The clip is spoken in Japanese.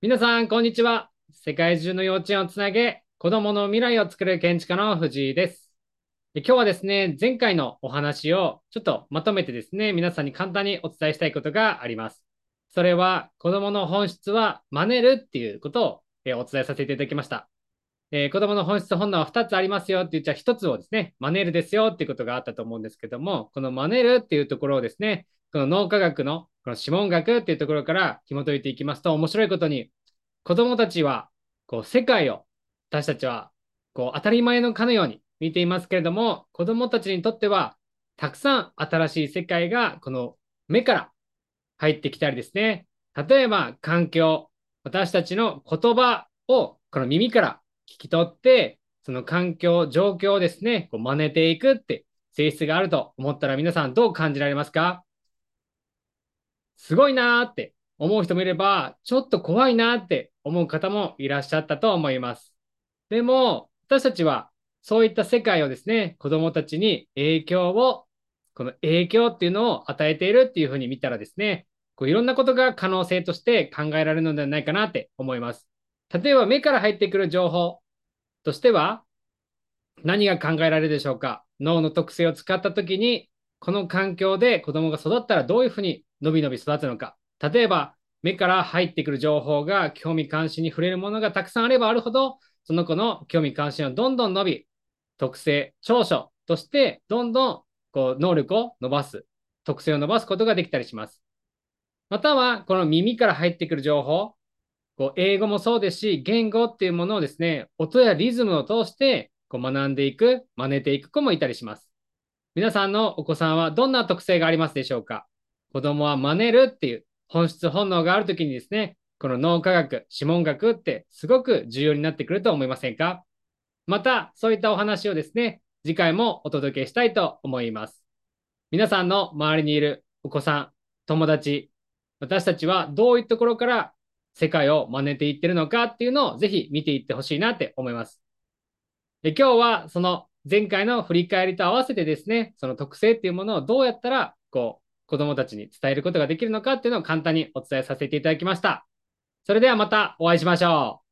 皆さん、こんにちは。世界中の幼稚園をつなげ、子供の未来を作る建築家の藤井です。今日はですね、前回のお話をちょっとまとめてですね、皆さんに簡単にお伝えしたいことがあります。それは、子供の本質は真似るっていうことをお伝えさせていただきました。子供の本質本能は2つありますよって言っちゃ1つをですね、真似るですよっていうことがあったと思うんですけども、この真似るっていうところをですね、この脳科学のこの指紋学っていうところから紐解いていきますと、面白いことに、子供たちはこう世界を私たちはこう当たり前のかのように見ていますけれども、子供たちにとってはたくさん新しい世界がこの目から入ってきたりですね、例えば環境、私たちの言葉をこの耳から聞き取って、その環境、状況をですね、こう真似ていくって性質があると思ったら皆さんどう感じられますか？すごいなーって思う人もいれば、ちょっと怖いなーって思う方もいらっしゃったと思います。でも、私たちはそういった世界をですね、子供たちにこの影響っていうのを与えているっていうふうに見たらですね、こういろんなことが可能性として考えられるのではないかなって思います。例えば目から入ってくる情報としては、何が考えられるでしょうか？脳の特性を使ったときに、この環境で子供が育ったらどういうふうに伸び伸び育つのか。例えば、目から入ってくる情報が興味関心に触れるものがたくさんあればあるほど、その子の興味関心はどんどん伸び、特性、長所としてどんどんこう能力を伸ばす、特性を伸ばすことができたりします。または、この耳から入ってくる情報、こう英語もそうですし、言語っていうものをですね、音やリズムを通してこう学んでいく、真似ていく子もいたりします。皆さんのお子さんはどんな特性がありますでしょうか？子供は真似るっていう本質本能があるときにですね、この脳科学、指紋学ってすごく重要になってくると思いませんか？また、そういったお話をですね、次回もお届けしたいと思います。皆さんの周りにいるお子さん、友達、私たちはどういうところから世界を真似ていってるのかっていうのをぜひ見ていってほしいなって思います。今日はその前回の振り返りと合わせてですね、その特性っていうものをどうやったら子供たちに伝えることができるのかっていうのを簡単にお伝えさせていただきました。それではまたお会いしましょう。